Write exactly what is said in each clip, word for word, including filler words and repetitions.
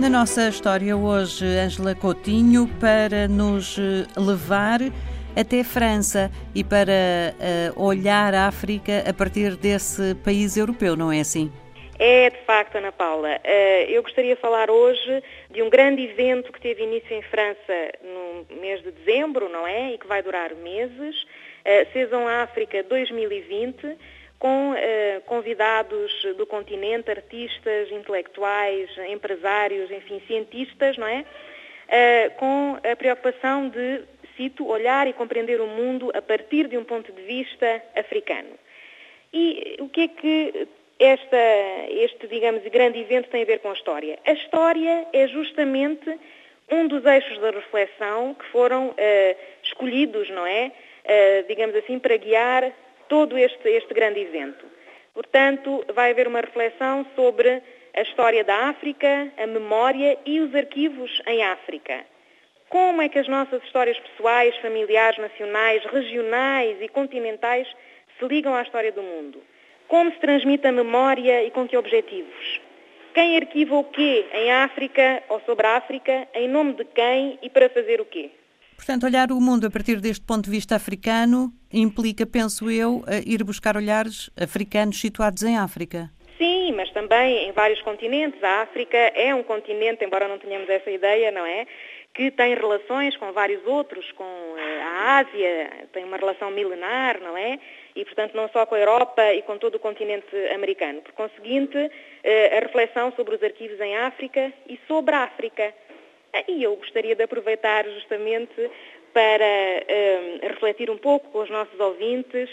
Na nossa história hoje, Ângela Coutinho, para nos levar até a França e para uh, olhar a África a partir desse país europeu, não é assim? É, de facto, Ana Paula. Uh, eu gostaria de falar hoje de um grande evento que teve início em França no mês de dezembro, não é? E que vai durar meses. Uh, Saison África dois mil e vinte, com uh, convidados do continente, artistas, intelectuais, empresários, enfim, cientistas, não é? Uh, com a preocupação de, cito, olhar e compreender o mundo a partir de um ponto de vista africano. E o que é que esta, este, digamos, grande evento tem a ver com a história? A história é justamente um dos eixos da reflexão que foram uh, escolhidos, não é? Uh, digamos assim, para guiar todo este, este grande evento. Portanto, vai haver uma reflexão sobre a história da África, a memória e os arquivos em África. Como é que as nossas histórias pessoais, familiares, nacionais, regionais e continentais se ligam à história do mundo? Como se transmite a memória e com que objetivos? Quem arquiva o quê em África ou sobre a África, em nome de quem e para fazer o quê? Portanto, olhar o mundo a partir deste ponto de vista africano implica, penso eu, ir buscar olhares africanos situados em África. Sim, mas também em vários continentes. A África é um continente, embora não tenhamos essa ideia, não é? Que tem relações com vários outros, com a Ásia, tem uma relação milenar, não é? E, portanto, não só com a Europa e com todo o continente americano. Por conseguinte, a reflexão sobre os arquivos em África e sobre a África. E eu gostaria de aproveitar justamente para uh, refletir um pouco com os nossos ouvintes,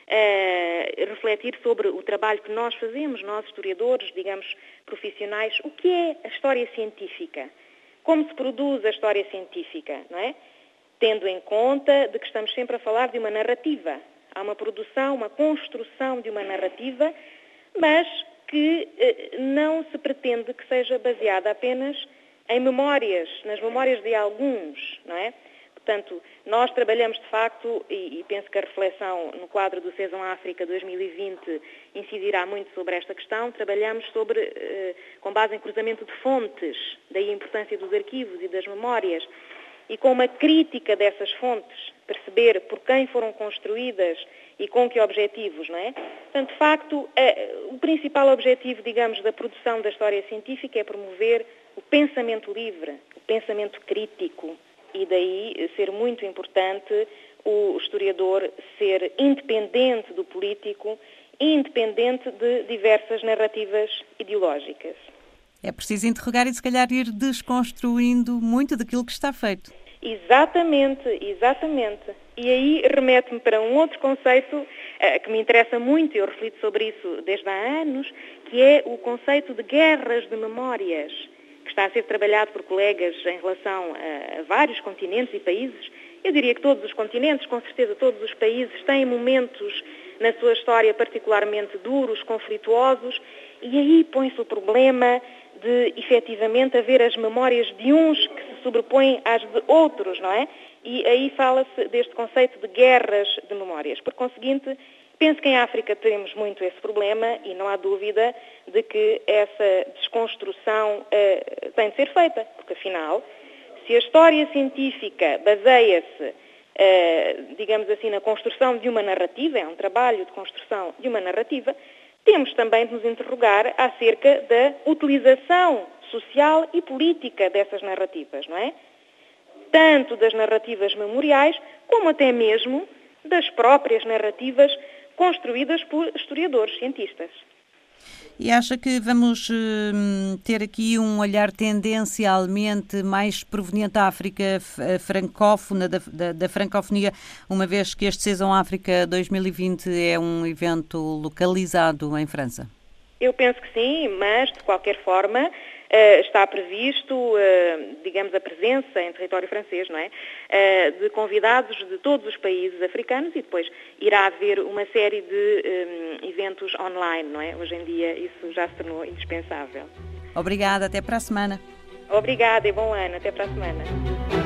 uh, refletir sobre o trabalho que nós fazemos, nós historiadores, digamos, profissionais, o que é a história científica, como se produz a história científica, não é? Tendo em conta de que estamos sempre a falar de uma narrativa. Há uma produção, uma construção de uma narrativa, mas que uh, não se pretende que seja baseada apenas em memórias, nas memórias de alguns, não é? Portanto, nós trabalhamos de facto, e, e penso que a reflexão no quadro do Saison África dois mil e vinte incidirá muito sobre esta questão, trabalhamos sobre, eh, com base em cruzamento de fontes, daí a importância dos arquivos e das memórias, e com uma crítica dessas fontes, perceber por quem foram construídas e com que objetivos, não é? Portanto, de facto, eh, o principal objetivo, digamos, da produção da história científica é promover o pensamento livre, o pensamento crítico, e daí ser muito importante o historiador ser independente do político, independente de diversas narrativas ideológicas. É preciso interrogar e, se calhar, ir desconstruindo muito daquilo que está feito. Exatamente, exatamente. E aí remete-me para um outro conceito uh, que me interessa muito, eu reflito sobre isso desde há anos, que é o conceito de guerras de memórias, que está a ser trabalhado por colegas em relação a, a vários continentes e países. Eu diria que todos os continentes, com certeza todos os países, têm momentos na sua história particularmente duros, conflituosos, e aí põe-se o problema de, efetivamente, haver as memórias de uns que se sobrepõem às de outros, não é? E aí fala-se deste conceito de guerras de memórias. Por conseguinte, penso que em África temos muito esse problema e não há dúvida de que essa desconstrução uh, tem de ser feita, porque afinal, se a história científica baseia-se, uh, digamos assim, na construção de uma narrativa, é um trabalho de construção de uma narrativa, temos também de nos interrogar acerca da utilização social e política dessas narrativas, não é? Tanto das narrativas memoriais, como até mesmo das próprias narrativas construídas por historiadores, cientistas. E acha que vamos uh, ter aqui um olhar tendencialmente mais proveniente da África francófona, da, da, da francofonia, uma vez que este Saison África dois mil e vinte é um evento localizado em França? Eu penso que sim, mas de qualquer forma uh, está previsto, uh, digamos, a presença em território francês, não é? Uh, de convidados de todos os países africanos e depois irá haver uma série de um, eventos online, não é? Hoje em dia isso já se tornou indispensável. Obrigada, até para a semana. Obrigada e bom ano, até para a semana.